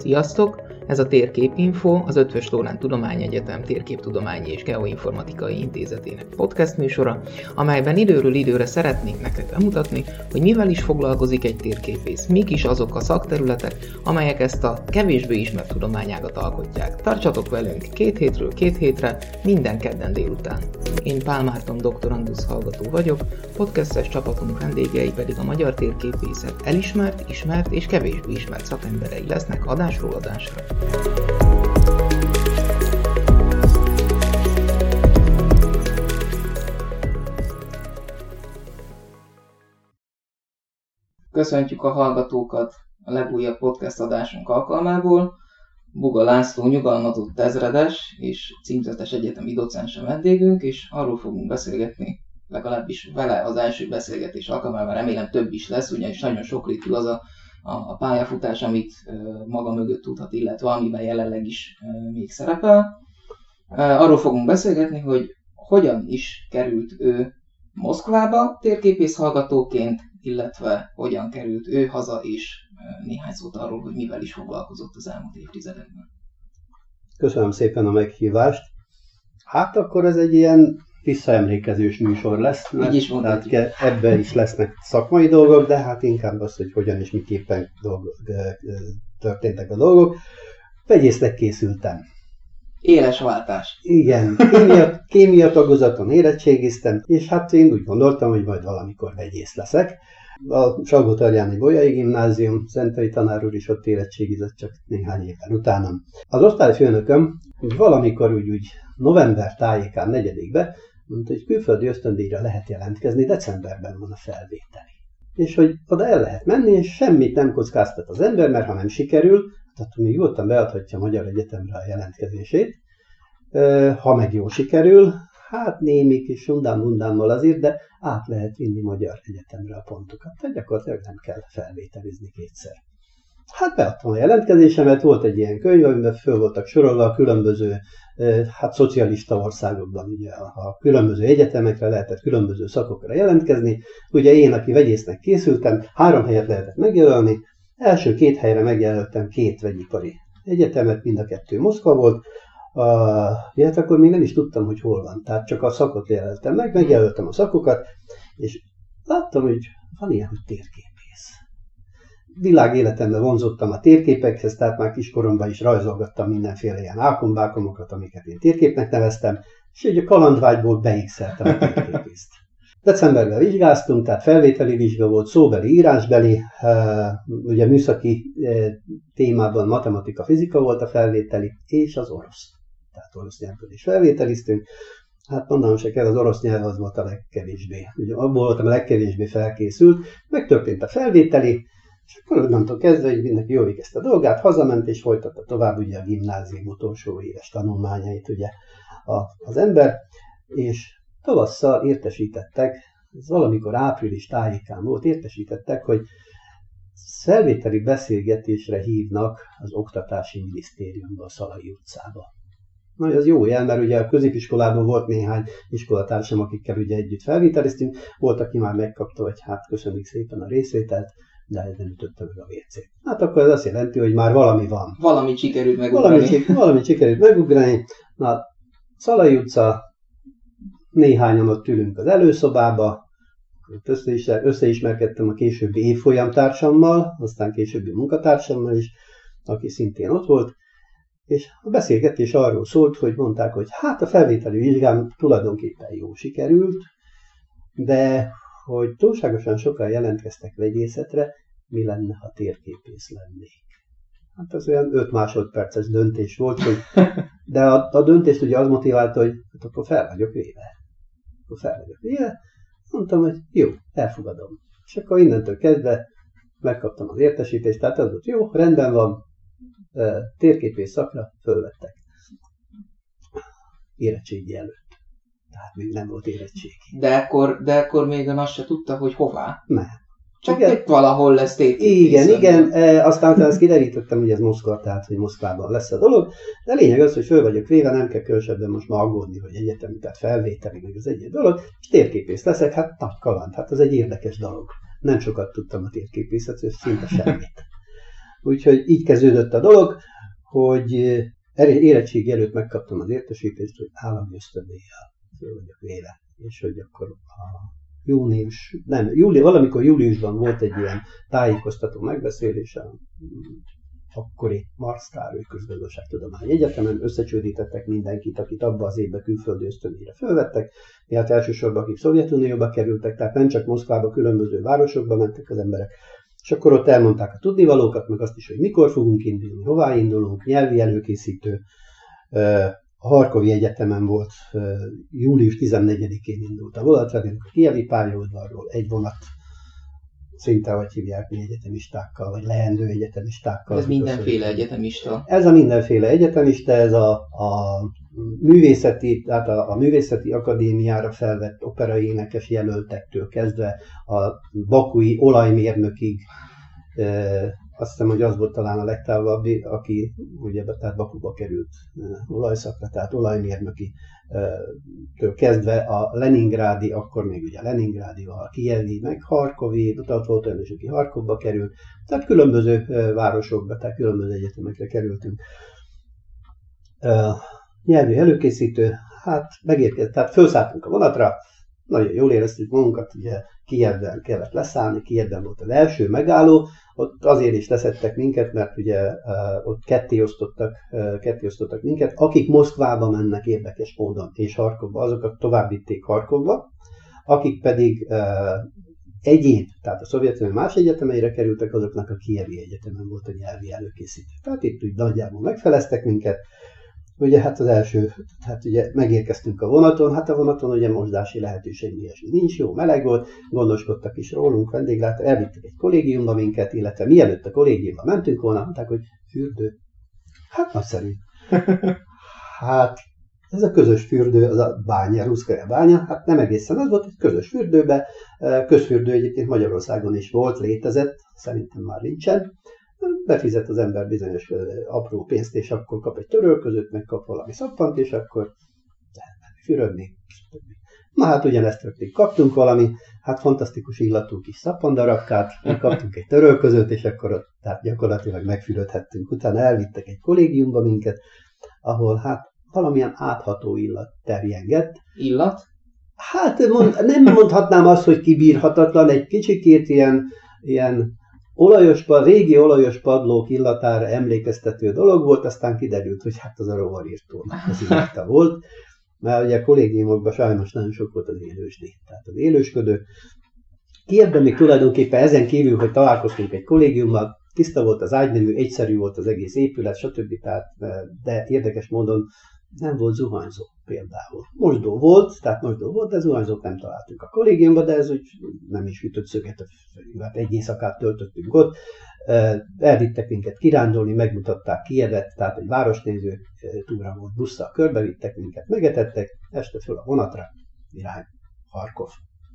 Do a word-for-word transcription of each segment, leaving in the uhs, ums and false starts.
Sziasztok! Ez a Térképinfo, az Eötvös Loránd Tudományegyetem Térképtudományi és Geoinformatikai Intézetének podcast műsora, amelyben időről időre szeretnénk nektek bemutatni, hogy mivel is foglalkozik egy térképész, mik is azok a szakterületek, amelyek ezt a kevésbé ismert tudományágat alkotják. Tartsatok velünk két hétről két hétre, minden kedden délután. Én Pál Márton doktorandusz hallgató vagyok, podcastes csapatunk vendégei pedig a magyar térképészet elismert, ismert és kevésbé ismert szakemberei lesznek adásról adásra. Köszöntjük a hallgatókat a legújabb podcast adásunk alkalmából. Buga László nyugalmazott ezredes és címzetes egyetemi docens a vendégünk, és arról fogunk beszélgetni, legalábbis vele az első beszélgetés alkalmával, remélem több is lesz, ugyanis nagyon sokrétű az a, a pályafutás, amit maga mögött tudhat, illetve amiben jelenleg is még szerepel. Arról fogunk beszélgetni, hogy hogyan is került ő Moszkvába térképész hallgatóként, illetve hogyan került ő haza, és néhány szót arról, hogy mivel is foglalkozott az elmúlt évtizedekben. Köszönöm szépen a meghívást. Hát akkor ez egy ilyen visszaemlékezős műsor lesz, mert is tehát ebben is lesznek szakmai dolgok, de hát inkább az, hogy hogyan és miképpen dolgok, történtek a dolgok. Vegyésznek készültem. Éles váltás. Igen, kémia, kémia tagozaton érettségiztem, és hát én úgy gondoltam, hogy majd valamikor vegyész leszek. A Salgótarjáni Bolyai Gimnázium, Szentei tanár úr is ott érettségizett, csak néhány éven utánam. Az osztályfőnököm úgy valamikor úgy, úgy november tájékán negyedikbe mondta, hogy külföldi ösztöndíjra lehet jelentkezni, decemberben van a felvételi. És hogy oda el lehet menni, és semmit nem kockáztat az ember, mert ha nem sikerül, tehát még nyugodtan beadhatja a Magyar Egyetemre a jelentkezését. Ha meg jól sikerül, hát némi kis sundám-bundámmal azért, de át lehet vinni Magyar Egyetemre a pontokat. Tehát gyakorlatilag nem kell felvételizni kétszer. Hát beadtam a jelentkezésemet, volt egy ilyen könyv, amiben föl voltak sorolva a különböző, hát szocialista országokban, ugye a különböző egyetemekre lehetett különböző szakokra jelentkezni. Ugye én, aki vegyésznek készültem, három helyet lehetett megjelölni. Első két helyre megjelöltem két vegyipari egyetemet, mind a kettő Moszkva volt. Uh, hát akkor még nem is tudtam, hogy hol van, tehát csak a szakot jelöltem meg, megjelöltem a szakokat, és láttam, hogy van ilyen, hogy térképész. Világéletemben vonzottam a térképekhez, tehát már kiskoromban is rajzolgattam mindenféle ilyen ákombákomokat, amiket én térképnek neveztem, és ugye a kalandvágyból beigszeltem a térképészt. Decemberben vizsgáztunk, tehát felvételi vizsga volt, szóbeli, írásbeli, ugye műszaki témában matematika, fizika volt a felvételi, és az orosz. Tehát orosz nyelvből is felvételiztünk. Hát mondanom se kell, az orosz nyelv az volt a legkevésbé. Ugye abból voltam a legkevésbé felkészült, megtörtént a felvételi, és akkor onnantól kezdve, hogy mindenki jól végezte a dolgát, hazament és folytatta tovább ugye a gimnázium utolsó éves tanulmányait ugye az ember, és tavasszal értesítettek, ez valamikor április tájékán volt, értesítettek, hogy felvételi beszélgetésre hívnak az Oktatási Minisztériumba, a Szalai utcába. Na, ez jó jel, mert ugye a középiskolában volt néhány iskolatársam, akikkel ugye együtt felvételiztünk, volt, aki már megkapta, hogy hát köszönjük szépen a részvételt, de ez nem ütötte meg a vécét. Hát akkor ez azt jelenti, hogy már valami van. Valamit sikerült megugrani. Valamit, valamit sikerült megugrani. Na, Szalai utca, néhányan ott ülünk az előszobába, összeismerkedtem a későbbi évfolyamtársammal, aztán későbbi munkatársammal is, aki szintén ott volt, és a beszélgetés arról szólt, hogy mondták, hogy hát a felvételi vizsgám tulajdonképpen jó sikerült, de hogy túlságosan sokan jelentkeztek vegyészetre, mi lenne, ha térképész lennék. Hát az olyan öt másodperces döntés volt, hogy, de a, a döntést ugye az motiválta, hogy hát akkor fel vagyok véve. Akkor fel vagyok véve. Mondtam, hogy jó, elfogadom. És akkor innentől kezdve megkaptam az értesítést, tehát az volt jó, rendben van, térképész szakra fölvettek. Érettségi előtt. Tehát még nem volt érettségi. De akkor, de akkor még azt se tudta, hogy hová? Nem. Csak itt valahol lesz térképész. Igen, igen, e, aztán azt kiderítettem, hogy ez Moszkva, tehát hogy Moszkvában lesz a dolog, de a lényeg az, hogy föl vagyok véve, nem kell különösebben most ma aggódni, hogy egyetemi, tehát felvételi, meg az egy dolog, és térképész leszek, hát nagy kaland, hát az egy érdekes dolog. Nem sokat tudtam a térképészetről, szinte semmit. Úgyhogy így kezdődött a dolog, hogy érettségi előtt megkaptam az értesítést, hogy állami ösztöndíjjal föl vagyok véve. És hogy akkor a június, nem, júli, valamikor júliusban volt egy ilyen tájékoztató megbeszélés a akkori Marx Károly Közgazdaságtudományi Egyetemen, összecsődítettek mindenkit, akit abba az évben külföldi ösztöndíjra fölvettek, hát elsősorban akik Szovjetunióba kerültek, tehát nem csak Moszkvába, különböző városokba mentek az emberek, és akkor ott elmondták a tudnivalókat, meg azt is, hogy mikor fogunk indulni, hová indulunk, nyelvi előkészítő. A Harkovi Egyetemen volt, július tizennegyedikén indult a vonatrenünk a kijevi pályaudvarról, egy vonat, szinte, hogy hívják mi egyetemistákkal, vagy leendő egyetemistákkal. Ez mindenféle egyetemista. Ez a mindenféle egyetemista, ez a, a művészeti, tehát a, a művészeti akadémiára felvett operaénekes jelöltektől kezdve a bakui olajmérnökig, e, azt hiszem, hogy az volt talán a legtávolabbi, aki ugye tehát Bakuba került olajszakra, tehát olajmérnöki től kezdve a leningrádi, akkor még ugye leningrádi, a kijevi, meg Harkovi, tehát volt olyan is, aki Harkovba került, tehát különböző városokba, tehát különböző egyetemekre kerültünk. Nyelvi előkészítő, hát megérkezett, tehát felszálltunk a vonatra, nagyon jól éreztük magunkat, ugye Kijevben kellett leszállni, Kijevben volt az első megálló, ott azért is leszettek minket, mert ugye uh, ott ketté osztottak, uh, ketté osztottak minket, akik Moszkvába mennek érdekes módon, és Harkovba, azokat tovább vitték Harkovba, akik pedig uh, egyéb, tehát a Szovjetunió más egyetemeire kerültek, azoknak a Kijevi Egyetemen volt a nyelvi előkészítő. Tehát itt úgy nagyjából megfeleztek minket. Ugye hát az első, hát ugye megérkeztünk a vonaton, hát a vonaton ugye mosdási lehetőség ilyesmi nincs, jó meleg volt, gondoskodtak is rólunk, vendéglátó, elvittek egy kollégiumba minket, illetve mielőtt a kollégiumba mentünk volna, mondták, hogy fürdő. Hát nagyszerű. Hát ez a közös fürdő, az a bánya, Ruszkaja bánya, hát nem egészen az volt, hogy közös fürdőbe, közfürdő egyébként Magyarországon is volt, létezett, szerintem már nincsen. Befizet az ember bizonyos apró pénzt, és akkor kap egy törölközőt, meg kap valami szappant, és akkor elmenni fürödni. Na hát ugyanezt rögtön kaptunk valami, hát fantasztikus illatú kis szappandarabkát, kaptunk egy törölközőt, és akkor ott tehát gyakorlatilag megfürödhettünk. Utána elvittek egy kollégiumba minket, ahol hát valamilyen átható illat terjengett. Illat? Hát mond, nem mondhatnám azt, hogy kibírhatatlan, egy kicsikét ilyen, ilyen olajos, régi olajos padlók illatára emlékeztető dolog volt, aztán kiderült, hogy hát az a rovarírtónak az illata volt, mert ugye a kollégiumokban sajnos nagyon sok volt az élősdi, tehát az élősködő. Kijevben még tulajdonképpen ezen kívül, hogy találkoztunk egy kollégiummal, tiszta volt az ágynemű, egyszerű volt az egész épület, stb. Tehát, de érdekes módon nem volt zuhanyzó például. Mosdó volt, tehát mosdó volt, de zuhanyzót nem találtunk a kollégiumban, de ez úgy nem is ütött szöget, mert egy éjszakát töltöttünk ott. Elvittek minket kirándulni, megmutatták Kijevet, tehát egy városnéző túra volt, busszal körbevittek minket, megetettek, este föl a vonatra, irány Harkov.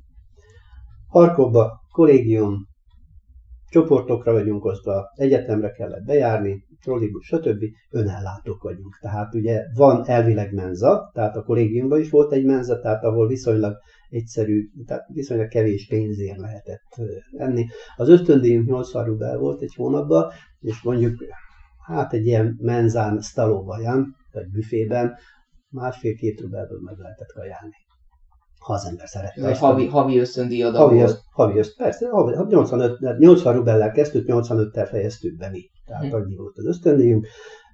Harkovba kollégium, csoportokra vagyunk osztva, egyetemre kellett bejárni, trollibusz, stb. Önellátók vagyunk. Tehát ugye van elvileg menza, tehát a kollégiumban is volt egy menza, tehát ahol viszonylag egyszerű, tehát viszonylag kevés pénzért lehetett enni. Az ösztöndíjunk nyolcvan rubel volt egy hónapban, és mondjuk hát egy ilyen menzán, sztalóvaján, vagy büfében másfél-két rubelből meg lehetett kajálni. Ha az ember szerette. Ez havi, havi ösztöndíjad havi volt. Öszt, havi öszt, persze, nyolcvanöt, nyolcvan rubellel kezdtük, nyolcvanöttel fejeztük be mi. Tehát hmm. annyi volt az ösztöndíjunk.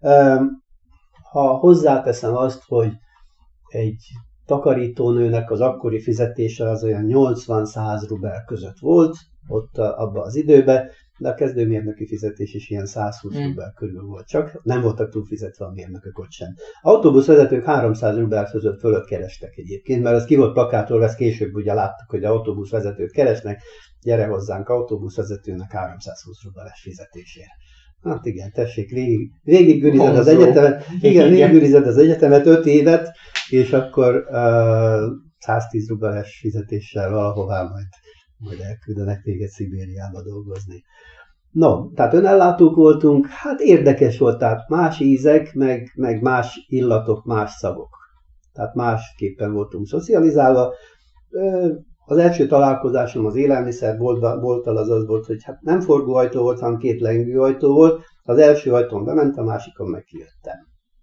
Ha hozzáteszem azt, hogy egy takarítónőnek az akkori fizetése az olyan nyolcvan-száz rubel között volt, ott abban az időben, de a kezdőmérnöki fizetés is ilyen százhúsz hmm. rubel körül volt csak, nem voltak túlfizetve a mérnökök ott sem. Autóbuszvezetők háromszáz rubel között fölött kerestek egyébként, mert ez ki volt plakátolva, ezt később ugye láttuk, hogy autóbuszvezetőt keresnek, gyere hozzánk autóbuszvezetőnek háromszázhúsz rubeles fizetésért. Hát igen, tessék, végig, végig gürized az egyetemet, igen, végig gürized az egyetemet öt évet, és akkor uh, száztíz rubeles fizetéssel valahová majd, majd elküldenek téged Szibériába dolgozni. No, tehát önellátók voltunk, hát érdekes volt, tehát más ízek, meg, meg más illatok, más szagok. Tehát másképpen voltunk szocializálva. az első találkozásom az élelmiszerbolttal az az volt, hogy hát nem forgóajtó volt, hanem két lengőajtó volt. Az első ajtón bement, a másikon meg kijöttem.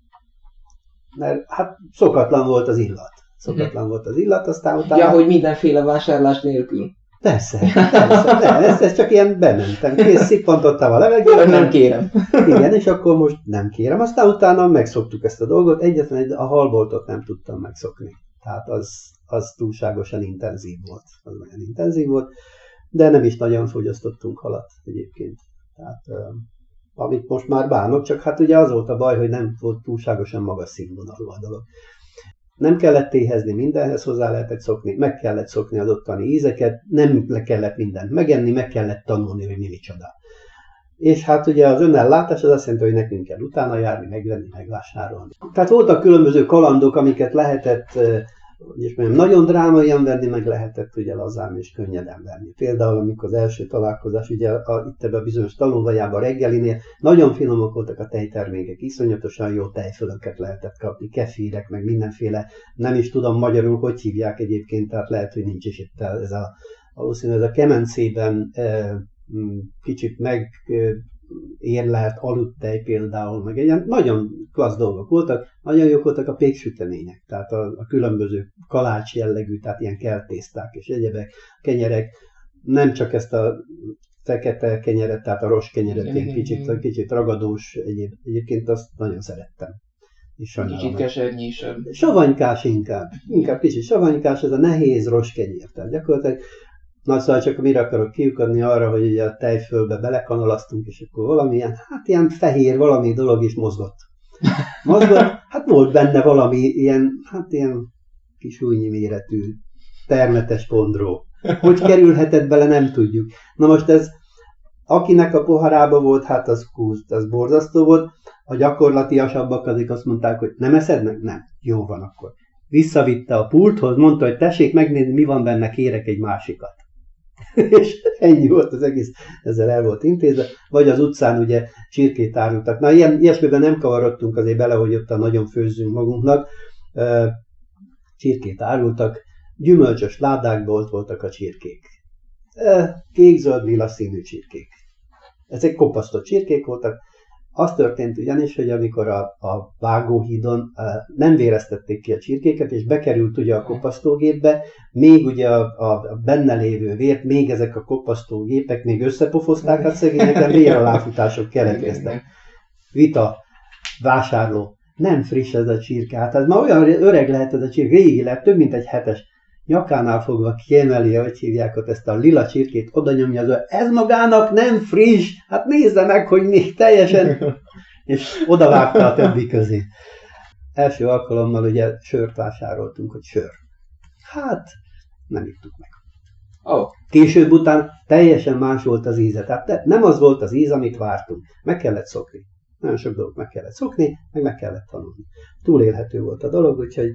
Mert hát szokatlan volt az illat. Szokatlan hmm. volt az illat, aztán utána... Ja, hogy mindenféle vásárlás nélkül. Persze, persze, nem, ez, ez csak ilyen bementem, kész, szippantottam a levegőt. Nem kérem. Igen, és akkor most nem kérem. Aztán utána megszoktuk ezt a dolgot, egyetlen egy, a halboltot nem tudtam megszokni. Tehát az, az túlságosan intenzív volt, az nagyon intenzív volt, de nem is nagyon fogyasztottunk halat egyébként. Tehát, amit most már bánok, csak hát ugye az volt a baj, hogy nem volt túlságosan magas színvonalú a dolog. Nem kellett éhezni, mindenhez hozzá lehetett szokni, meg kellett szokni az ottani ízeket, nem le kellett mindent megenni, meg kellett tanulni, hogy mi micsoda. És hát ugye az önellátás az azt jelenti, hogy nekünk kell utána járni, megvenni, megvásárolni. Tehát voltak különböző kalandok, amiket lehetett, és mondjam, nagyon drámaian venni, meg lehetett ugye lazán és könnyeden venni. Például amikor az első találkozás, ugye a, itt ebben a bizonyos talóvajában reggelinél nagyon finomok voltak a tejtermékek, iszonyatosan jó tejfölöket lehetett kapni, kefírek, meg mindenféle, nem is tudom magyarul, hogy hívják egyébként, tehát lehet, hogy nincs is itt ez a, valószínűleg ez a kemencében e, kicsit meg e, érlelt aludtej például, meg ilyen nagyon klassz dolgok voltak, nagyon jók voltak a péksütemények, tehát a, a különböző kalács jellegű, tehát ilyen keltészták és egyebek, kenyerek, nem csak ezt a fekete kenyeret, tehát a rossz kenyeret, ilyen kicsit, kicsit ragadós, egyéb, egyébként azt nagyon szerettem. Kicsit kesernyésebb. Savanykás inkább, inkább kicsit savanykás, ez a nehéz rossz kenyér, tehát gyakorlatilag. Na szóval csak mire akarok kiukadni arra, hogy ugye a tejfölbe belekanalasztunk, és akkor valamilyen, hát ilyen fehér valami dolog is mozgott. Mozgott, hát volt benne valami ilyen, hát ilyen kis újnyi méretű, termetes pondró. Hogy kerülhetett bele, nem tudjuk. Na most ez, akinek a poharába volt, hát az kúzt, az borzasztó volt. A gyakorlatiasabbak azok azt mondták, hogy nem eszed meg? Nem. Jó van akkor. Visszavitte a pulthoz, mondta, hogy tessék megnézni, mi van benne, kérek egy másikat. És ennyi volt az egész, ezzel el volt intézve. Vagy az utcán ugye csirkét árultak. Na, ilyen, ilyesmiben nem kavarodtunk azért bele, hogy ott nagyon főzzünk magunknak. Csirkét árultak, gyümölcsös ládákban ott voltak a csirkék. Kék-zöld lila színű csirkék. Ezek kopasztott csirkék voltak. Az történt ugyanis, hogy amikor a, a vágóhídon a, nem véreztették ki a csirkéket, és bekerült ugye a kopasztógépbe, még ugye a, a benne lévő vért, még ezek a kopasztógépek még összepofozták, hát szegényekben véraláfutások keletkeztek. Vita, vásárló, nem friss ez a csirke, hát ez már olyan öreg lehet ez a csirke, régi lett, több mint egy hetes. Nyakánál fogva kiemeli, hogy hívják ott ezt a lila csirkét, oda nyomja az, ez magának nem friss, hát nézze meg, hogy még teljesen, és odavágta a többi közé. Első alkalommal ugye sört vásároltunk, hogy sör. Hát, nem ittuk meg. Oh. Később után teljesen más volt az íze, tehát nem az volt az íz, amit vártunk. Meg kellett szokni. Nagyon sok dolgot meg kellett szokni, meg meg kellett tanulni. Túlélhető volt a dolog, úgyhogy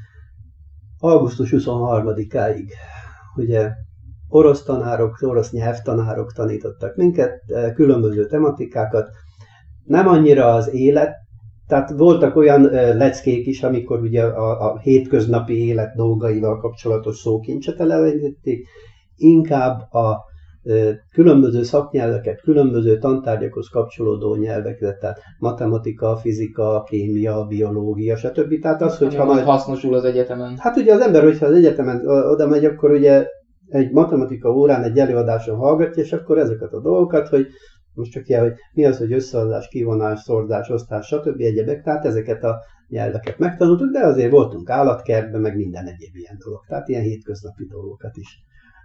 augusztus huszonharmadikáig ugye orosz tanárok, orosz nyelvtanárok tanítottak minket, különböző tematikákat, nem annyira az élet, tehát voltak olyan leckék is, amikor ugye a, a hétköznapi élet dolgaival kapcsolatos szókincset elevenítették, inkább a különböző szaknyelveket, különböző tantárgyakhoz kapcsolódó nyelveket, tehát matematika, fizika, kémia, biológia, stb. Tehát az, hogyha majd hasznosul az egyetemen. Hát ugye az ember, hogyha az egyetemen oda megy, akkor ugye egy matematika órán, egy előadáson hallgatja, és akkor ezeket a dolgokat, hogy most csak ilyen, hogy mi az, hogy összeadás, kivonás, szorzás, osztás, stb. Egyebek, tehát ezeket a nyelveket megtanultuk, de azért voltunk állatkertben, meg minden egyéb ilyen dolog, tehát ilyen hétköznapi dolgokat is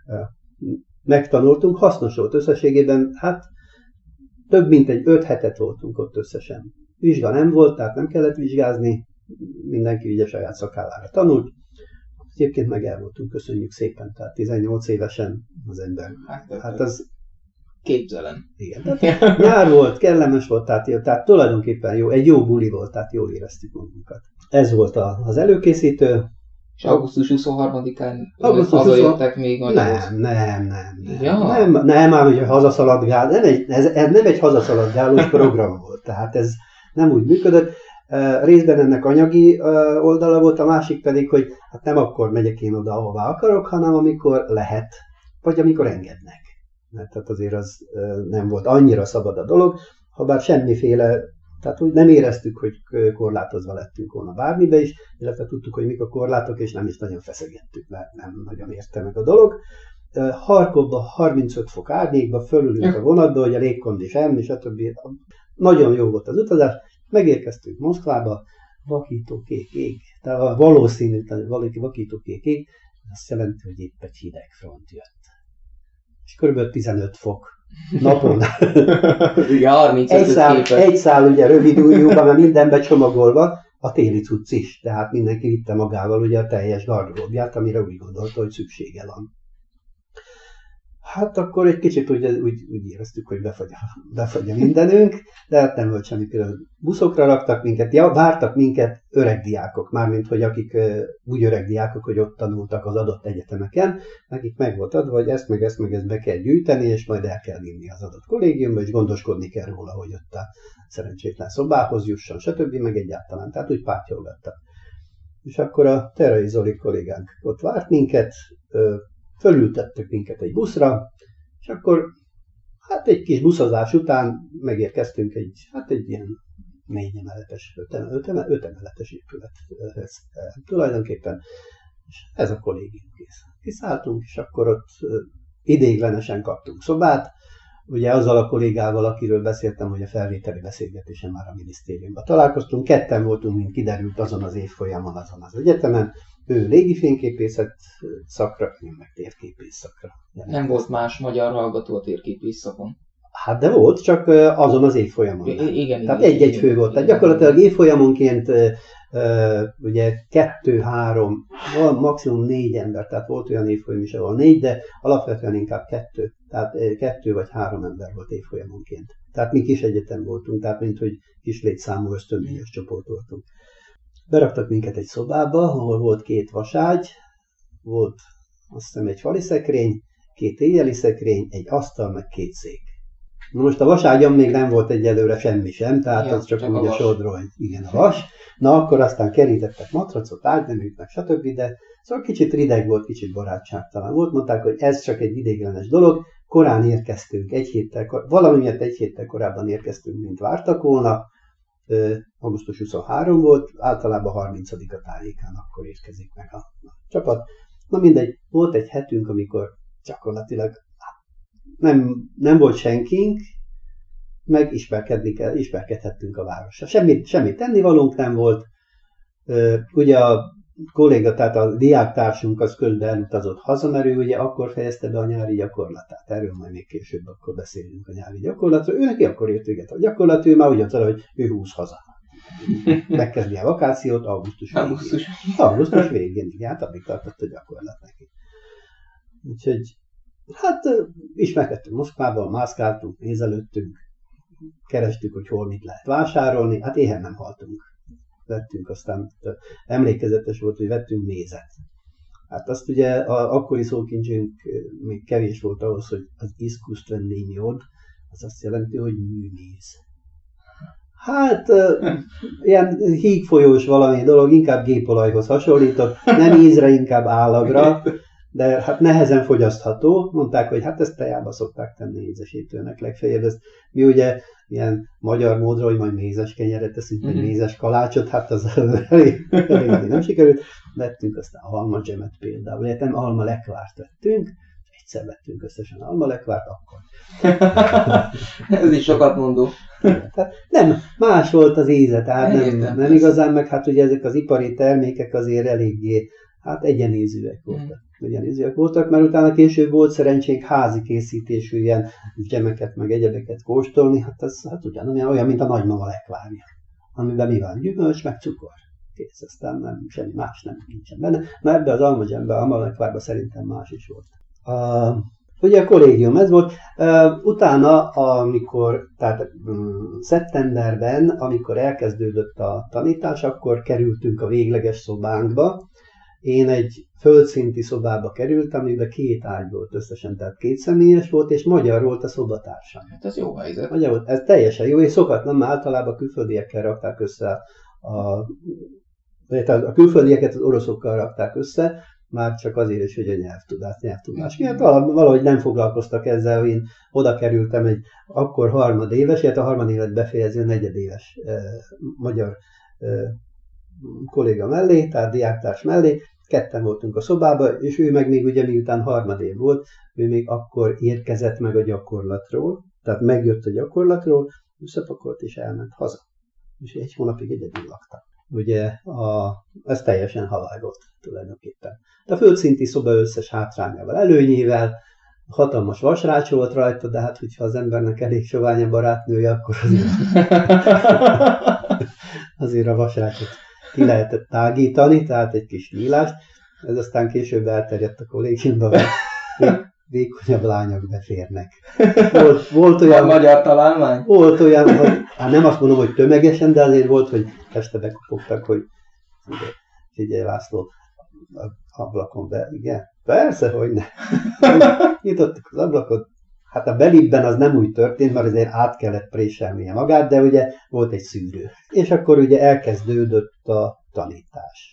megtanultunk, hasznos volt összességében, hát több mint egy öt hetet voltunk ott összesen. Vizsga nem volt, tehát nem kellett vizsgázni, mindenki ugye saját szakállára tanult. Egyébként meg el voltunk, köszönjük szépen, tehát tizennyolc évesen az ember. Hát, hát az... Képzelem. Igen, tehát nyár volt, kellemes volt, tehát, jó, tehát tulajdonképpen jó, egy jó buli volt, tehát jól éreztük magunkat. Ez volt a, az előkészítő. És augusztus huszonharmadikán hazajöttek még Magyarország? Nem, nem, nem. Nem, ja. nem, nem ám, hogy hazaszaladgál, nem egy, ez, ez nem egy hazaszaladgálós program volt, tehát ez nem úgy működött. Részben ennek anyagi oldala volt, a másik pedig, hogy hát nem akkor megyek én oda, ahová akarok, hanem amikor lehet, vagy amikor engednek. Mert hát azért az nem volt annyira szabad a dolog, habár semmiféle, tehát úgy nem éreztük, hogy korlátozva lettünk volna bármibe is, illetve tudtuk, hogy mik a korlátok, és nem is nagyon feszegettük, mert nem nagyon érte meg a dolog. Harkovban harmincöt fok árnyékban fölülünk a vonatba, hogy a légkondi semmi, stb. Nagyon jó volt az utazás. Megérkeztünk Moszkvába, vakítókék ég, tehát a valószínűtlen vakítókék ég, azt jelenti, hogy épp egy hideg front jött. És kb. tizenöt fok napon. egy, szál, egy szál ugye rövid ujjúban, mert mindenbe csomagolva, a téli cucc is, tehát mindenki vitte magával ugye a teljes gardróbját, amire úgy gondolta, hogy szüksége van. Hát akkor egy kicsit úgy, úgy, úgy éreztük, hogy befagy, befagy a mindenünk, de hát nem volt semmi külön. Buszokra raktak minket, ja, vártak minket öreg diákok, mármint hogy akik úgy öreg diákok, hogy ott tanultak az adott egyetemeken, nekik meg volt adva, hogy ezt meg ezt meg ezt be kell gyűjteni, és majd el kell vinni az adott kollégiumba, és gondoskodni kell róla, hogy ott a szerencsétlen szobához jusson, stb. Meg egyáltalán, tehát úgy pátyolgattak. És akkor a Terrai Zoli kollégánk ott várt minket, fölültettek minket egy buszra, és akkor hát egy kis buszozás után megérkeztünk egy, hát egy ilyen négy emeletes, öt emeletes épülethez tulajdonképpen, és ez a kollégium kész. Kiszálltunk, és akkor ott ideiglenesen kaptunk szobát, ugye azzal a kollégával, akiről beszéltem, hogy a felvételi beszélgetésen már a minisztériumban találkoztunk, ketten voltunk, mint kiderült azon az évfolyamon, azon az egyetemen, ő légifényképészet szakra, én meg térképész szakra. Nem volt más magyar hallgató a térképész szakon? Hát de volt, csak azon az évfolyamon. I- igen, Tehát igen, egy-egy igen, fő volt. Igen, Tehát gyakorlatilag évfolyamonként ugye kettő-három, maximum négy ember, tehát volt olyan évfolyam is, ahol négy, de alapvetően inkább kettő. Tehát kettő vagy három ember volt évfolyamonként. Tehát mi kis egyetem voltunk, tehát mint hogy kis létszámú ösztöndíjas csoport voltunk. Beraktak minket egy szobába, ahol volt két vaságy, volt azt hiszem egy fali szekrény, két éjjeli szekrény, egy asztal, meg két szék. Na most a vaságyon még nem volt egyelőre semmi sem, tehát ja, az csak, csak úgy a sodról, igen, a vas. Na akkor aztán kerítettek matracot, ágyneműt, meg stb., de szóval kicsit rideg volt, kicsit barátságtalan volt. Mondták, hogy ez csak egy ideiglenes dolog, korán érkeztünk, egy héttel, valami miatt egy héttel korábban érkeztünk, mint vártak volna. augusztus huszonharmadika volt, általában harmincadika tájékán akkor érkezik meg a, a csapat. Na mindegy, volt egy hetünk, amikor gyakorlatilag nem, nem volt senkink, meg ismerkedni kell, ismerkedhettünk a városra. Semmi, semmi tennivalónk nem volt. Ugye a kolléga, tehát a diáktársunk az közben elutazott haza, mert ő ugye akkor fejezte be a nyári gyakorlatát. Erről majd még később akkor beszélünk a nyári gyakorlatról. Ő neki akkor ért véget a gyakorlat, ő már úgy mondta, hogy ő húz haza. Megkezdi a vakációt augusztus végén. Augusztus, augusztus végén, igen, hát addig tartott a gyakorlat neki. Úgyhogy, hát ismerkedtünk Moszkvában, mászkáltunk, nézelődtünk, kerestük, hogy hol mit lehet vásárolni, hát éhen nem haltunk. Vettünk, aztán emlékezetes volt, hogy vettünk mézet. Hát azt ugye a akkori szókincsünk még kevés volt ahhoz, hogy az iszkusztvenni miód, az azt jelenti, hogy műméz. Hát ilyen hígfolyós valami dolog, inkább gépolajhoz hasonlított, nem ízre, inkább állagra, de hát nehezen fogyasztható. Mondták, hogy hát ezt tejába szokták tenni ízesítőnek legfeljebb. Ezt mi ugye ilyen magyar módra, hogy majd mézes kenyeret teszünk, vagy mézes kalácsot, hát az elég, elég nem sikerült. Vettünk aztán alma dzsemet például, ugye nem alma lekvárt vettünk, egyszer vettünk összesen alma lekvárt, akkor. Ez is sokat mondó. Tehát nem, más volt az íze, tehát nem, nem igazán, meg hát ugye ezek az ipari termékek azért eléggé hát egyenézőek voltak. Egyenézőek voltak, mert utána később volt szerencsénk házi készítésű ilyen dzsemeket, meg egyebeket kóstolni, hát ez hát ugyanolyan olyan, mint a nagymama lekvárja, amiben mi van? Gyümölcs, meg cukor. Kész, aztán nem, semmi más nem nincsen benne. Na ebbe az alma dzsembe, alma lekvárba szerintem más is volt. Uh, ugye a kollégium ez volt. Uh, utána, amikor, tehát um, szeptemberben, amikor elkezdődött a tanítás, akkor kerültünk a végleges szobánkba. Én egy földszinti szobába kerültem, amiben két ágy volt összesen, tehát két személyes volt, és magyar volt a szobatársam. Hát ez jó helyzet. Magyar volt, ez teljesen jó, és szokatlan, mert általában külföldiekkel rakták össze a, a külföldieket az oroszokkal rakták össze, már csak azért is, hogy a nyelvtudás, nyelvtudás miatt valahogy nem foglalkoztak ezzel, hogy én oda kerültem egy akkor harmadéves, illetve a harmadévet befejező negyedéves eh, magyar eh, kolléga mellé, tehát diáktárs mellé, ketten voltunk a szobában, és ő meg még ugye miután harmadév volt, ő még akkor érkezett meg a gyakorlatról, tehát megjött a gyakorlatról, összepakolt és elment haza. És egy hónapig egyedül laktak. Ugye a, ez teljesen halál volt tulajdonképpen. De a földszinti szoba összes hátrányával, előnyével, hatalmas vasrács volt rajta, de hát hogyha az embernek elég sovány a barátnője, akkor azért, azért a vasrácsot ki lehetett tágítani, tehát egy kis nyílást. Ez aztán később elterjedt a kollégiumban, hogy vékonyabb lányok beférnek. Volt, volt olyan... A magyar találmány? Volt olyan, hogy hát nem azt mondom, hogy tömegesen, de azért volt, hogy este bekopogtak, hogy figyelj László, a ablakon be, igen? Persze, hogy ne. Nyitottuk az ablakot, hát a belibben az nem úgy történt, mert azért át kellett préselnie magát, de ugye volt egy szűrő. És akkor ugye elkezdődött a tanítás.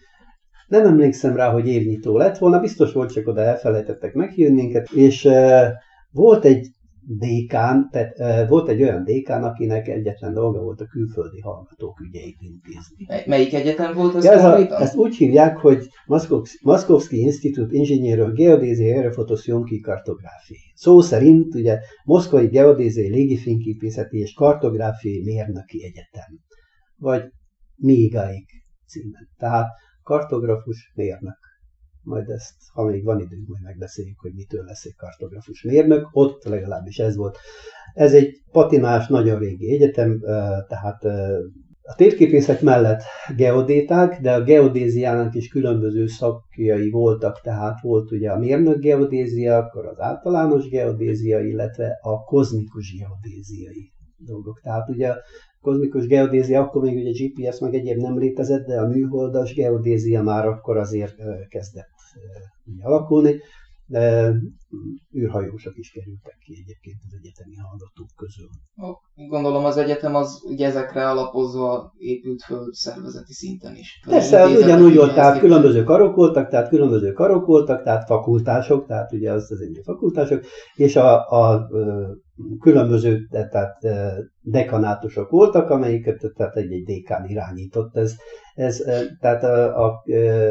Nem emlékszem rá, hogy évnyitó lett volna, biztos volt, csak oda elfelejtettek meghívni minket, és uh, volt egy dékán, tehát uh, volt egy olyan dékán, akinek egyetlen dolga volt a külföldi hallgatók ügyeit intézni. Melyik egyetem volt az? Ja, ez a, ezt úgy hívják, hogy Moskovski Institut Inženierov Geodéziai Aerofotoszionki Kartográfiai. Szó szerint ugye Moszkvai Geodéziai Légifényképészeti és Kartográfiai Mérnöki Egyetem, vagy mégáig címen. Tehát kartografus, mérnök. Majd ezt, ha még van időnk, majd megbeszéljük, hogy mitől lesz egy kartografus mérnök. Ott legalábbis ez volt. Ez egy patinás, nagyon régi egyetem, tehát a térképészek mellett geodéták, de a geodéziának is különböző szakjai voltak, tehát volt ugye a mérnök geodézia, akkor az általános geodézia, illetve a kozmikus geodéziai dolgok. Tehát ugye a kozmikus geodézia, akkor még ugye gé pé es meg egyéb nem létezett, de a műholdas geodézia már akkor azért kezdett ugye alakulni. De űrhajósok is kerültek ki egyébként az egyetemi hallgatók közül. Gondolom az egyetem az ugye ezekre alapozva épült föl szervezeti szinten is. Persze, az ugyanúgy volt, tehát különböző karok voltak, tehát különböző karok voltak, tehát fakultások, tehát ugye az az egyik fakultások, és a, a, a különböző tehát dekanátusok voltak, amelyiket tehát egy-egy dékán irányított. Ez, ez, tehát a, a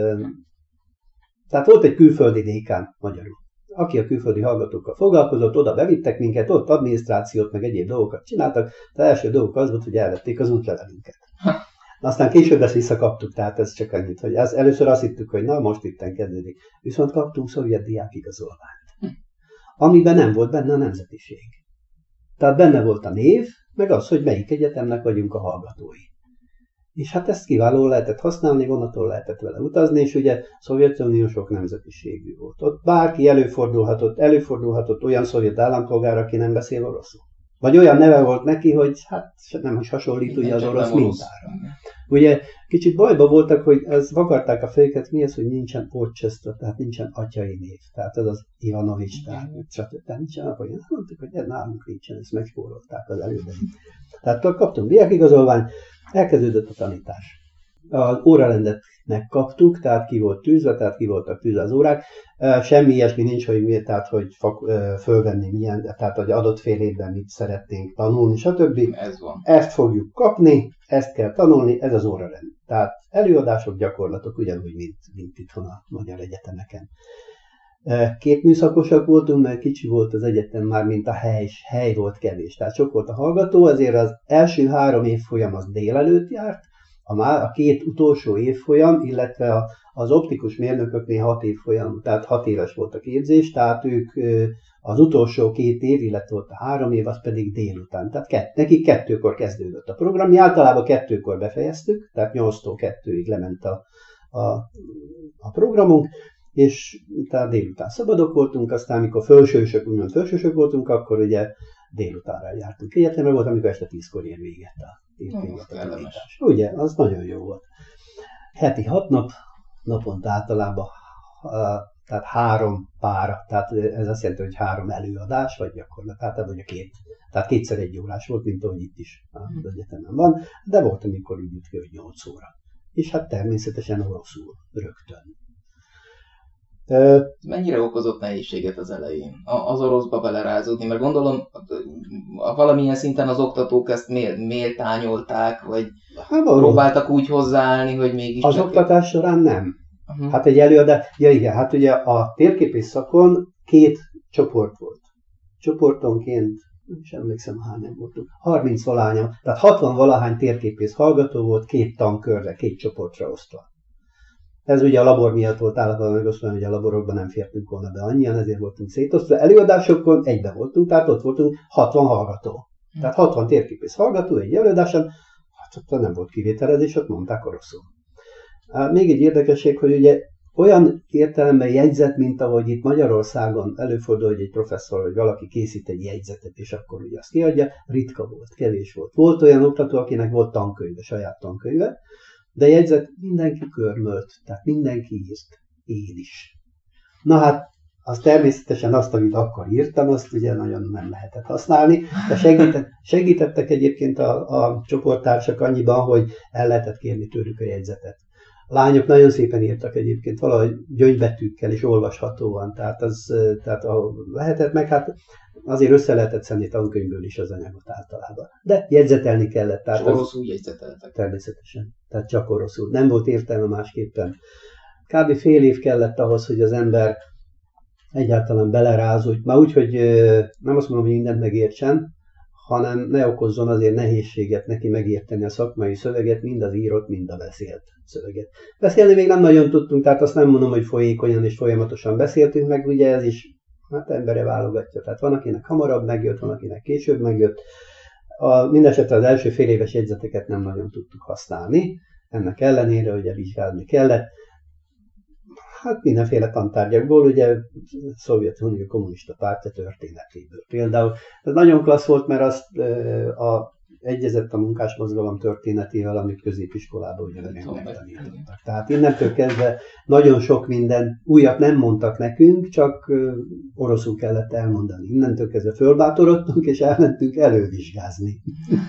Tehát volt egy külföldi dékán magyarul, aki a külföldi hallgatókkal foglalkozott, oda bevittek minket, ott adminisztrációt, meg egyéb dolgokat csináltak. Az első dolgok az volt, hogy elvették az útlevelünket. Aztán később ezt visszakaptuk, tehát ez csak annyit, hogy az, először azt hittük, hogy na most itten kezdődik. Viszont kaptunk szovjet diákigazolványt, amiben nem volt benne a nemzetiség. Tehát benne volt a név, meg az, hogy melyik egyetemnek vagyunk a hallgatói. És hát ezt kiválóan lehetett használni, vonaton lehetett vele utazni, és ugye Szovjetunió sok nemzetiségű volt. Ott bárki előfordulhatott, előfordulhatott olyan szovjet állampolgár, aki nem beszél oroszul. Vagy olyan neve volt neki, hogy hát nem is hasonlít ugye az orosz mintára. Ugye kicsit bajba voltak, hogy ezt vakarták a fejüket, mi az, hogy nincsen Orchestra, tehát nincsen atyai név. Tehát ez az Ivanovics, tehát nincsen apai. Mondtuk, hogy ez nálunk nincsen, ezt megspórolták az elődeit. Tehát kaptunk diákigazolványt, elkezdődött a tanítás. Az órarendetnek kaptuk, tehát ki volt tűzve, tehát ki voltak tűzve az órák. Semmi ilyesmi nincs, hogy miért, tehát hogy fölvenni milyen, tehát hogy adott fél évben mit szeretnénk tanulni, stb. Ez van. Ezt fogjuk kapni, ezt kell tanulni, ez az órarend. Tehát előadások, gyakorlatok ugyanúgy, mint, mint itthon a magyar egyetemeken. Két műszakosak voltunk, mert kicsi volt az egyetem már, mint a hely, hely volt kevés. Tehát sok volt a hallgató, ezért az első három évfolyam az délelőtt járt, a, már, a két utolsó évfolyam, illetve a, az optikus mérnököknél hat évfolyam, tehát hat éves volt a képzés, tehát ők az utolsó két év, illetve ott a három év, az pedig délután. Tehát kett, nekik kettőkor kezdődött a program. Mi általában kettőkor befejeztük, tehát nyolctól kettőig lement a, a, a programunk, és tehát délután szabadok voltunk, aztán amikor felsősök, úgymond felsősök voltunk, akkor ugye délutánra jártunk egyetemre, volt, amikor este tízkor ér véget a, véget a tanítás. Ugye, az nagyon jó volt. Heti hat nap, naponta általában Tehát három pár, tehát ez azt jelenti, hogy három előadás, vagy gyakorlatilag, tehát vagy a két. Tehát kétszer egy órás volt, mint ahogy itt is az egyetemen van, de volt, amikor úgy jut ki, hogy nyolc óra. És hát természetesen oroszul, rögtön. Mennyire okozott nehézséget az elején az oroszba belerázódni? Mert gondolom, valamilyen szinten az oktatók ezt méltányolták, vagy hát, próbáltak úgy hozzáállni, hogy mégis az csak... oktatás során nem. Uh-huh. Hát egy előadás, ja igen, hát ugye a térképész szakon két csoport volt. Csoportonként, nem is emlékszem hányan voltunk, harminc valahányan, tehát hatvan valahány térképész hallgató volt két tankörre, két csoportra osztva. Ez ugye a labor miatt volt általában megosztva, hogy a laborokban nem fértünk volna be annyian, ezért voltunk szétosztva. Előadásokon egyben voltunk, tehát ott voltunk hatvan hallgató. Tehát hatvan térképész hallgató egy előadáson, hát ott nem volt kivételezés, ott mondták oroszul. Még egy érdekesség, hogy ugye olyan értelemben jegyzet, mint ahogy itt Magyarországon előfordul, hogy egy professzor vagy valaki készít egy jegyzetet, és akkor ugye azt kiadja, ritka volt, kevés volt. Volt olyan oktató, akinek volt tankönyve, saját tankönyve, de jegyzet mindenki körmölt, tehát mindenki írt, én is. Na hát, az természetesen azt, amit akkor írtam, azt ugye nagyon nem lehetett használni, de segített, segítettek egyébként a, a csoporttársak annyiban, hogy el lehetett kérni tőlük a jegyzetet. A lányok nagyon szépen írtak egyébként, valahogy gyöngybetűkkel és olvashatóan, tehát, az, tehát a, lehetett, meg hát azért össze lehetett szedni tankönyvből is az anyagot általában. De jegyzetelni kellett. Tehát oroszul jegyzeteltek. Természetesen, tehát csak oroszul. Nem volt értelme másképpen. Kb. Fél év kellett ahhoz, hogy az ember egyáltalán belerázódj. Már úgy, hogy nem azt mondom, hogy mindent megértsen, hanem ne okozzon azért nehézséget neki megérteni a szakmai szöveget, mind az írott, mind a beszélt szöveget. Beszélni még nem nagyon tudtunk, tehát azt nem mondom, hogy folyékonyan és folyamatosan beszéltünk meg, ugye ez is hát embere válogatja. Tehát van, akinek hamarabb megjött, van, akinek később megjött. A, mindenesetre az első fél éves jegyzeteket nem nagyon tudtuk használni, ennek ellenére ugye vizsgálni kellett. Hát mindenféle tantárgyakból, ugye Szovjetunió kommunista pártja történetéből. Például ez nagyon klassz volt, mert azt a, egyezett a munkásmozgalom történetével, amit középiskolában ugye megtanítottak. Tehát innentől kezdve nagyon sok minden újat nem mondtak nekünk, csak oroszul kellett elmondani. Innentől kezdve fölbátorodtunk, és elmentünk elővizsgázni.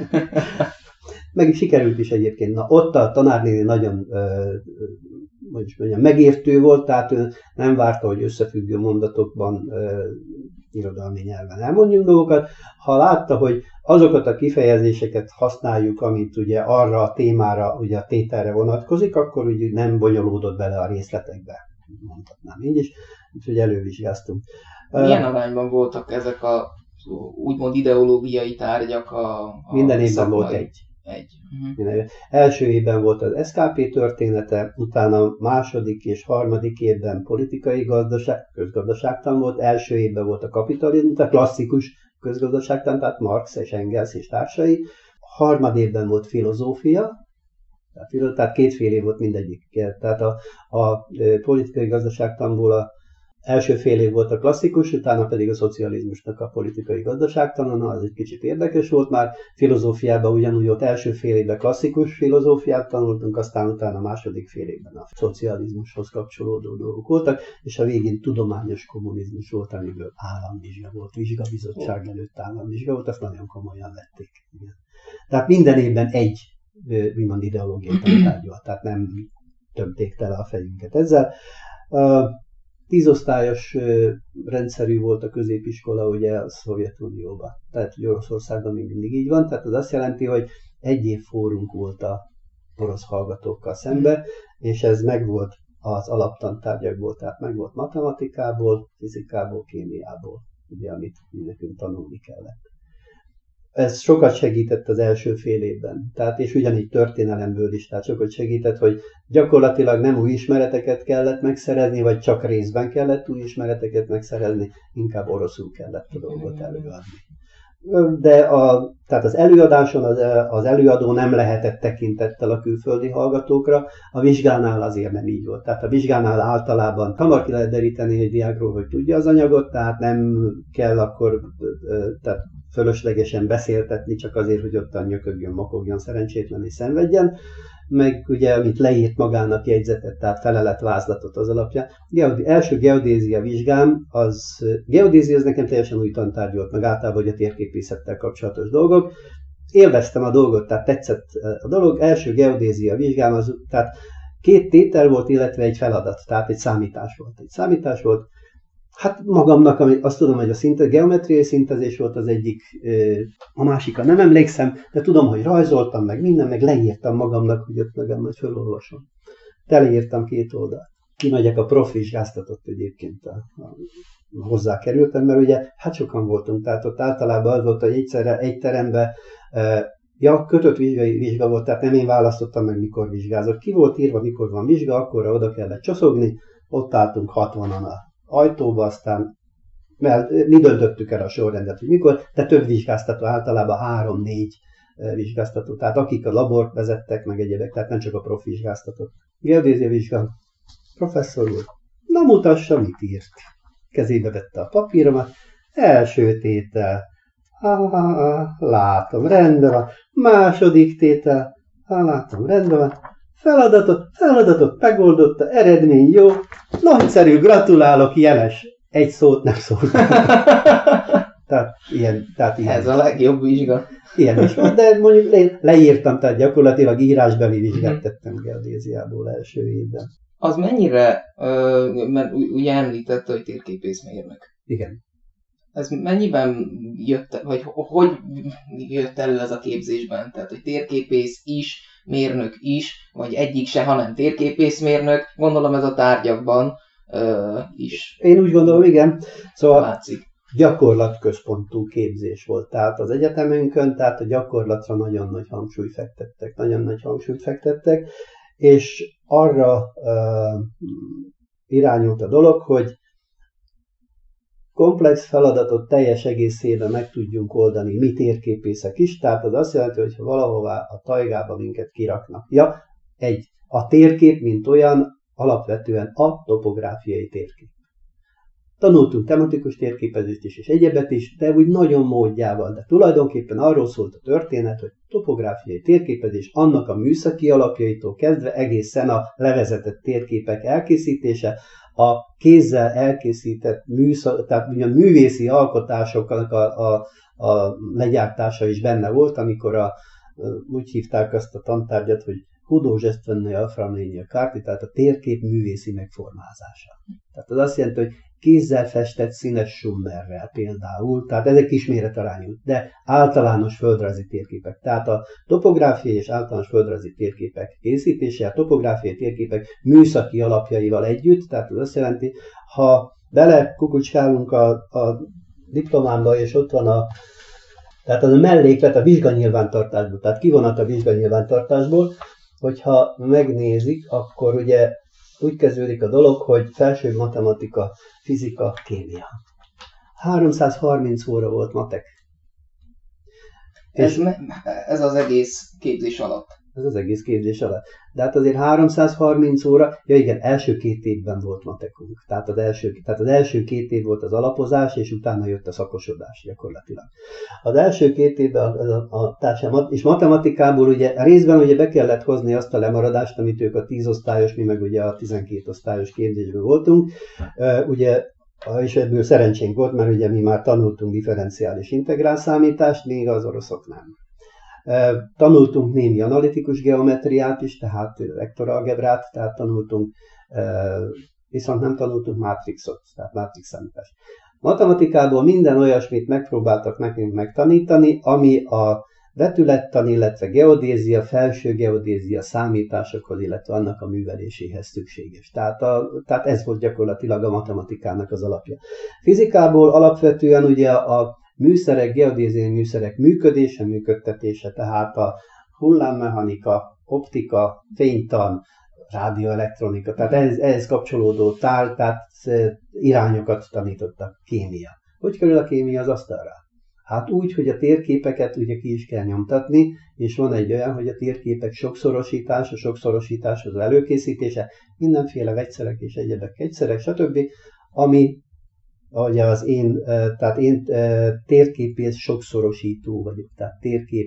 Meg is sikerült is egyébként. Na, ott a tanárnéni nagyon hogy is mondjam, megértő volt, tehát ő nem várta, hogy összefüggő mondatokban e, irodalmi nyelven elmondjunk dolgokat. Ha látta, hogy azokat a kifejezéseket használjuk, amit ugye arra a témára, ugye a tételre vonatkozik, akkor ugye nem bonyolódott bele a részletekbe, mondhatnám így is, úgyhogy elővizsgáztunk. Milyen arányban voltak ezek a úgymond ideológiai tárgyak a, a Minden évben volt egy. Egy. Uh-huh. Első évben volt az es ká pé története, utána második és harmadik évben politikai gazdaság, közgazdaságtan volt, első évben volt a kapitalizmus, tehát klasszikus közgazdaságtan, tehát Marx és Engels és társai, harmad évben volt filozófia, tehát, tehát két fél év volt mindegyik. Tehát a, a politikai gazdaságtanból a első fél év volt a klasszikus, utána pedig a szocializmusnak a politikai gazdaságtanon, az egy kicsit érdekes volt már. Filozófiában ugyanúgy ott első fél évben klasszikus filozófiát tanultunk, aztán utána a második fél évben a szocializmushoz kapcsolódó dolgok voltak, és a végén tudományos kommunizmus volt, amiből államvizsga volt, vizsgabizottság előtt államvizsga volt, azt nagyon komolyan vették. Igen. Tehát minden évben egy úgymond ideológiai tantárgy volt, tehát nem tömték tele a fejünket ezzel. Tízosztályos rendszerű volt a középiskola ugye a Szovjetunióban. Tehát, hogy Oroszországban még mindig így van. Tehát az azt jelenti, hogy egy év fórunk volt a orosz hallgatókkal szembe, és ez megvolt az alaptantárgyakból, tehát megvolt matematikából, fizikából, kémiából, ugye, amit nekünk tanulni kellett. Ez sokat segített az első fél évben, tehát és ugyanígy történelemből is, tehát sokat segített, hogy gyakorlatilag nem új ismereteket kellett megszerezni, vagy csak részben kellett új ismereteket megszerezni, inkább oroszul kellett a dolgot előadni. De a, tehát az előadáson az, az előadó nem lehetett tekintettel a külföldi hallgatókra, a vizsgánál azért nem így volt. Tehát a vizsgánál általában hamar ki lehet deríteni egy diákról, hogy tudja az anyagot, tehát nem kell akkor tehát fölöslegesen beszéltetni csak azért, hogy ottan nyökögjön, mokogjon, szerencsétlen és szenvedjen. meg ugye, amit leírt magának jegyzetet, tehát feleletvázlatot az alapján. Geodé- első geodézia vizsgám, az geodézia az nekem teljesen új tantárgy volt, meg általában hogy a térképészettel kapcsolatos dolgok. Élveztem a dolgot, tehát tetszett a dolog. Első geodézia vizsgám, az, tehát két tétel volt, illetve egy feladat, tehát egy számítás volt. Egy számítás volt. Hát magamnak, azt tudom, hogy a szinte, geometriai szintezés volt az egyik, a másikra nem emlékszem, de tudom, hogy rajzoltam, meg minden, meg leírtam magamnak, hogy ott magam majd felolvasom. Teleírtam két oldalt. Kimegyek a profvizsgáztatott egyébként, a, a, hozzá kerültem, mert ugye hát sokan voltunk, tehát ott általában az volt, hogy egyszerre egy teremben, e, ja, kötött vizsgai vizsga volt, tehát nem én választottam meg, mikor vizsgázott. Ki volt írva, mikor van vizsga, akkorra oda kellett csoszogni, ott álltunk hatvanan a ajtóba, aztán mert mi döntöttük el a sorrendet, hogy mikor, de több vizsgáztató, általában három-négy vizsgáztató, tehát akik a labort vezettek, meg egyebek, tehát nem csak a profi vizsgáztatott. Geodézia vizsga, professzor úr, na mutassa, mit írt. Kezébe vette a papíromat, első tétel, ha, látom, rendben van, második tétel, ha, látom, rendben van, feladatot, feladatot megoldotta, eredmény jó, nagyszerű, gratulálok, jeles. Egy szót nem szóltam. tehát ilyen, tehát ilyen. Ez a legjobb vizsga. Ilyen is volt, de mondjuk én leírtam, tehát gyakorlatilag írásbeli vizsgát tettem geodéziából első évben. Az mennyire, mert ugye említette, hogy térképészmérnök. Igen. Ez mennyiben jött, vagy hogy jött elő ez a képzésben? Tehát, hogy térképész is, mérnök is, vagy egyik se, hanem térképészmérnök. Gondolom ez a tárgyakban uh, is. Én úgy gondolom, igen. Szóval látszik. Gyakorlatközpontú képzés volt. Tehát az egyetemünkön, tehát a gyakorlatra nagyon nagy hangsúlyt fektettek. Nagyon nagy hangsúlyt fektettek, és arra uh, irányult a dolog, hogy komplex feladatot teljes egészében meg tudjunk oldani, mi térképészek is, tehát az azt jelenti, hogy ha valahová a tajgába minket kiraknak. Ja, egy, a térkép, mint olyan, alapvetően a topográfiai térkép. Tanultunk tematikus térképezést is, és egyebet is, de úgy nagyon módjával, de tulajdonképpen arról szólt a történet, hogy topográfiai térképezés annak a műszaki alapjaitól kezdve egészen a levezetett térképek elkészítése, a kézzel elkészített műszak, tehát a művészi alkotásoknak a, a, a legyártása is benne volt, amikor a, úgy hívták azt a tantárgyat, hogy hudózsesztvenné a kárti, tehát a térkép művészi megformázása. Tehát az azt jelenti, hogy kézzel festett színes summerrel például, tehát ezek kisméretarányú, de általános földrajzi térképek. Tehát a topográfiai és általános földrajzi térképek készítése, a topográfiai térképek műszaki alapjaival együtt, tehát az azt jelenti, ha bele kukucskálunk a, a diplomámba, és ott van a, tehát az a melléklet a vizsganyilvántartásból, tehát kivonat a vizsganyilvántartásból, hogyha megnézik, akkor ugye úgy kezdődik a dolog, hogy felső matematika, fizika, kémia. háromszázharminc óra volt matek. Ez, ez az egész képzés alatt. Ez az egész képzés alatt. De hát azért háromszázharminc óra, ja igen, első két évben volt matekunk. Tehát az első, tehát az első két év volt az alapozás, és utána jött a szakosodás gyakorlatilag. Az első két évben a, a, a társadalmat, és matematikából ugye részben ugye be kellett hozni azt a lemaradást, amit ők a tíz osztályos, mi meg ugye a tizenkét osztályos képzésben voltunk. Uh, ugye és ebből szerencsénk volt, mert ugye mi már tanultunk differenciális integrál számítást, még az oroszok nem. Tanultunk némi analitikus geometriát is, tehát vektoralgebrát, tehát tanultunk, viszont nem tanultunk mátrixot, tehát mátrix számítást. Matematikából minden olyasmit megpróbáltak nekünk megtanítani, ami a vetülettan, illetve geodézia, felső geodézia számításokhoz, illetve annak a műveléséhez szükséges. Tehát, a, tehát ez volt gyakorlatilag a matematikának az alapja. Fizikából alapvetően ugye a műszerek, geodéziai műszerek működése, működtetése, tehát a hullámmechanika, optika, fénytan, rádióelektronika, tehát ehhez, ehhez kapcsolódó tár, tehát irányokat tanítottak. Kémia. Hogy kerül a kémia az asztalra? Hát úgy, hogy a térképeket ugye ki is kell nyomtatni, és van egy olyan, hogy a térképek sokszorosítása, sokszorosítás az előkészítése, mindenféle vegyszerek és egyebek, egyszerek, stb., ami ugye az én, tehát én térképész sokszorosító vagyok, tehát térkép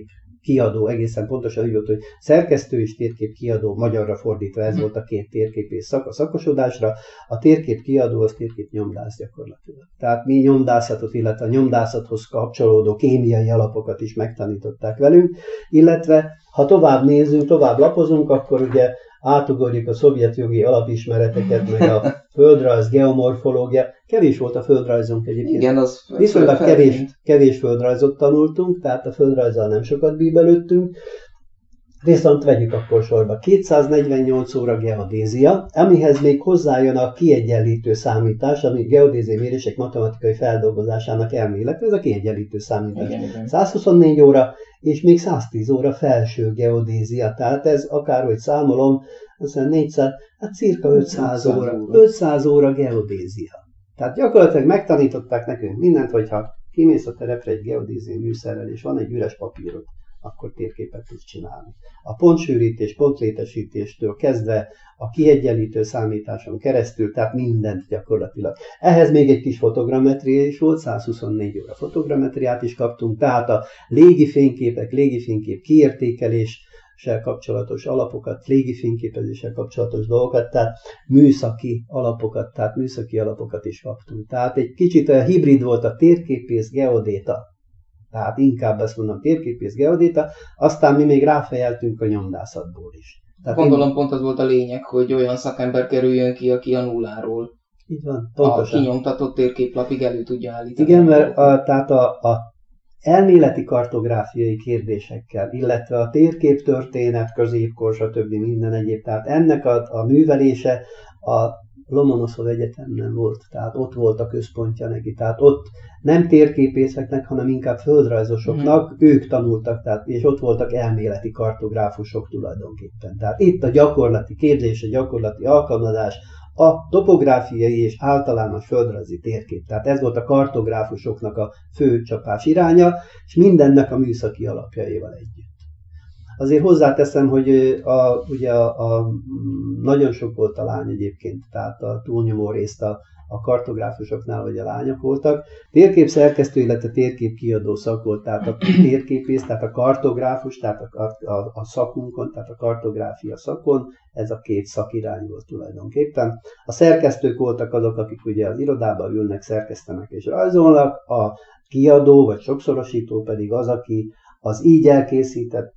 kiadó, egészen pontosan úgy volt, hogy szerkesztő és térkép kiadó, magyarra fordítva ez volt a két térképész szak a szakosodásra, a térkép kiadó az térkép nyomdász gyakorlatilag. Tehát mi nyomdászatot, illetve a nyomdászathoz kapcsolódó kémiai alapokat is megtanították velünk, illetve ha tovább nézzünk, tovább lapozunk, akkor ugye átugorjuk a szovjet jogi alapismereteket, meg a földrajz, geomorfológia. Kevés volt a földrajzunk egyébként. Igen, az viszonylag kevés, kevés földrajzot tanultunk, tehát a földrajzzal nem sokat bíbelődtünk. Viszont vegyük akkor sorba. kétszáznegyvennyolc óra geodézia, amihez még hozzájön a kiegyenlítő számítás, ami geodéziai mérések matematikai feldolgozásának elmélet, ez a kiegyenlítő számítás. Igen, igen. százhuszonnégy óra, és még száztíz óra felső geodézia, tehát ez akárhogy számolom, aztán négyszáz, hát cirka ötszáz óra, ötszáz óra geodézia. Tehát gyakorlatilag megtanították nekünk mindent, hogyha kimész a terepre egy geodéziai műszerrel, és van egy üres papírod, akkor térképet tudsz csinálni. A pontsűrítés, pontlétesítéstől kezdve a kiegyenlítő számításon keresztül, tehát mindent gyakorlatilag. Ehhez még egy kis fotogrammetria is volt, százhuszonnégy óra fotogrammetriát is kaptunk, tehát a légifényképek, légifénykép kiértékeléssel kapcsolatos alapokat, légifényképezéssel kapcsolatos dolgokat, tehát műszaki alapokat, tehát műszaki alapokat is kaptunk. Tehát egy kicsit olyan hibrid volt a térképész geodéta. Tehát inkább ezt mondom, térképész geodéta, aztán mi még ráfejeltünk a nyomdászatból is. Tehát Gondolom én... pont az volt a lényeg, hogy olyan szakember kerüljön ki, aki a nulláról így van, pontosan. A kinyomtatott térképlapig elő tudja állítani. Igen, mert a, tehát a, a elméleti kartográfiai kérdésekkel, illetve a térképtörténet, középkor, stb. Minden egyéb, tehát ennek a, a művelése a Lomonoszov Egyetemen volt, tehát ott volt a központja neki, tehát ott nem térképészeknek, hanem inkább földrajzosoknak, mm. ők tanultak, tehát, és ott voltak elméleti kartográfusok tulajdonképpen. Tehát itt a gyakorlati képzés, a gyakorlati alkalmazás, a topográfiai és általános földrajzi térkép. Tehát ez volt a kartográfusoknak a fő csapás iránya, és mindennek a műszaki alapjaival együtt. Azért hozzáteszem, hogy a, ugye a, a, nagyon sok volt a lány egyébként, tehát a túlnyomó részt a, a kartográfusoknál, hogy a lányok voltak. Térképszerkesztő, illetve térképkiadó szak volt, tehát a térképész, tehát a kartográfus, tehát a, a, a szakunkon, tehát a kartográfia szakon, ez a két szakirány volt tulajdonképpen. A szerkesztők voltak azok, akik ugye az irodában ülnek, szerkesztenek és rajzolnak, a kiadó vagy sokszorosító pedig az, aki az így elkészített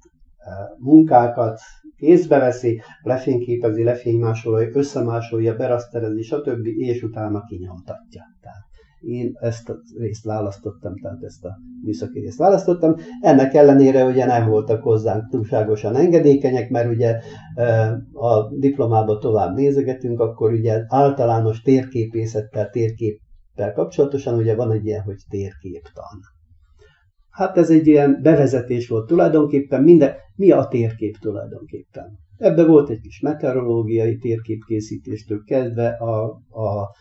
munkákat kézbe veszi, lefényképezi, lefénymásolja, összemásolja, beraszterezi, stb. És utána kinyomtatja. Tehát én ezt a részt választottam, tehát ezt a műszaki részt választottam. Ennek ellenére ugye nem voltak hozzánk túlságosan engedékenyek, mert ugye a diplomába tovább nézegetünk, akkor ugye általános térképészettel, térképpel kapcsolatosan ugye van egy ilyen, hogy térképtan. Hát ez egy ilyen bevezetés volt tulajdonképpen, minden, mi a térkép tulajdonképpen. Ebben volt egy kis meteorológiai térképkészítéstől kezdve, a, a, a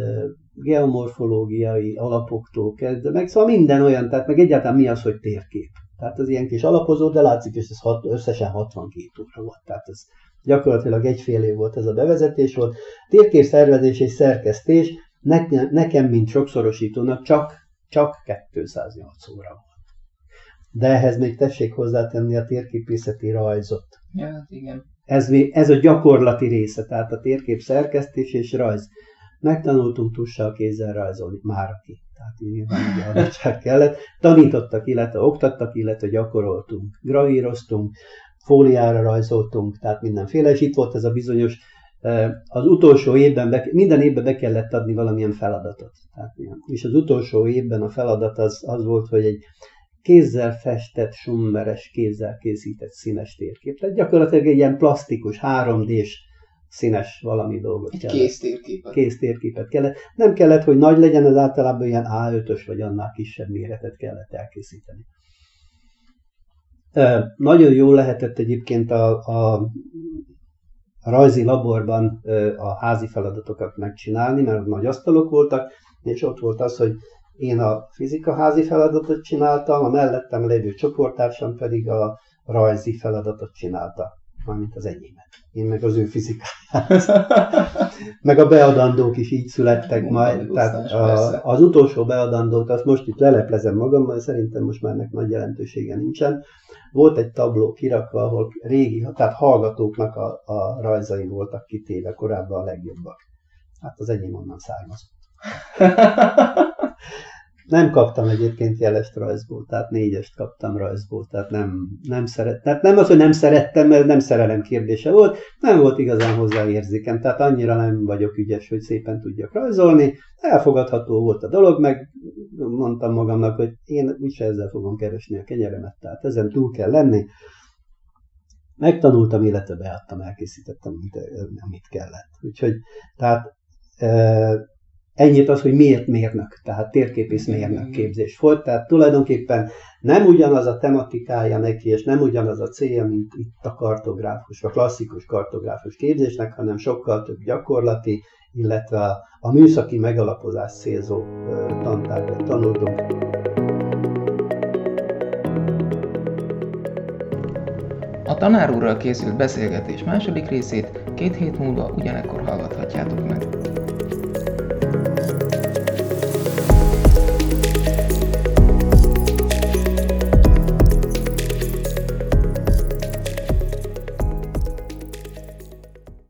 geomorfológiai alapoktól kezdve, meg szóval minden olyan, tehát meg egyáltalán mi az, hogy térkép. Tehát az ilyen kis alapozó, de látszik, és ez hat, összesen hatvankét óra volt. Tehát ez gyakorlatilag egy fél év volt ez a bevezetés volt. Térképszervezés és szerkesztés nekem, nekem mint sokszorosítónak csak, csak kétszáznyolc óra volt. De ehhez még tessék hozzátenni a térképészeti rajzot. Ja, igen. Ez, ez a gyakorlati része, tehát a térkép szerkesztés és rajz. Megtanultunk tussal kézzel rajzolni, már aki. Tehát nyilván ugye adottság kellett. Tanítottak, illetve oktattak, illetve gyakoroltunk. Gravíroztunk, fóliára rajzoltunk, tehát mindenféle. És itt volt ez a bizonyos, az utolsó évben, be, minden évben be kellett adni valamilyen feladatot. Tehát, és az utolsó évben a feladat az, az volt, hogy egy kézzel festett, summeres, kézzel készített színes térkép. Tehát gyakorlatilag egy ilyen plastikus, három dés színes valami dolgot egy kellett. Kész térképet. Kész térképet kellett. Nem kellett, hogy nagy legyen, az általában ilyen á ötös vagy annál kisebb méretet kellett elkészíteni. E, nagyon jól lehetett egyébként a, a, a rajzi laborban a házi feladatokat megcsinálni, mert nagy asztalok voltak, és ott volt az, hogy én a fizika házi feladatot csináltam, a mellettem lévő csoporttársam pedig a rajzi feladatot csinálta. mármint az enyémet. Én meg az ő fizikáját. Meg a beadandók is így születtek majd. Tehát a, az utolsó beadandót, azt most itt leleplezem magammal, szerintem most már ennek nagy jelentősége nincsen. Volt egy tabló kirakva, ahol régi, tehát hallgatóknak a, a rajzai voltak kitéve, korábban a legjobbak. Hát az enyém onnan származott. Nem kaptam egyébként jelest rajzból, tehát négyest kaptam rajzból, tehát nem, nem szeret, tehát nem az, hogy nem szerettem, mert nem szerelem kérdése volt, nem volt igazán hozzá érzékem, tehát annyira nem vagyok ügyes, hogy szépen tudjak rajzolni, elfogadható volt a dolog, meg mondtam magamnak, hogy én úgyse ezzel fogom keresni a kenyeremet, tehát ezen túl kell lenni. Megtanultam, illetve beadtam, elkészítettem, amit kellett. Úgyhogy, tehát e- ennyit az, hogy miért mérnök, tehát térképész mérnök képzés volt, tehát tulajdonképpen nem ugyanaz a tematikája neki, és nem ugyanaz a célja, mint itt a kartográfus, a klasszikus kartográfus képzésnek, hanem sokkal több gyakorlati, illetve a, a műszaki megalapozást célzó tantárgyat tanultunk. A tanár úrral készült beszélgetés második részét két hét múlva ugyanekkor hallgathatjátok meg.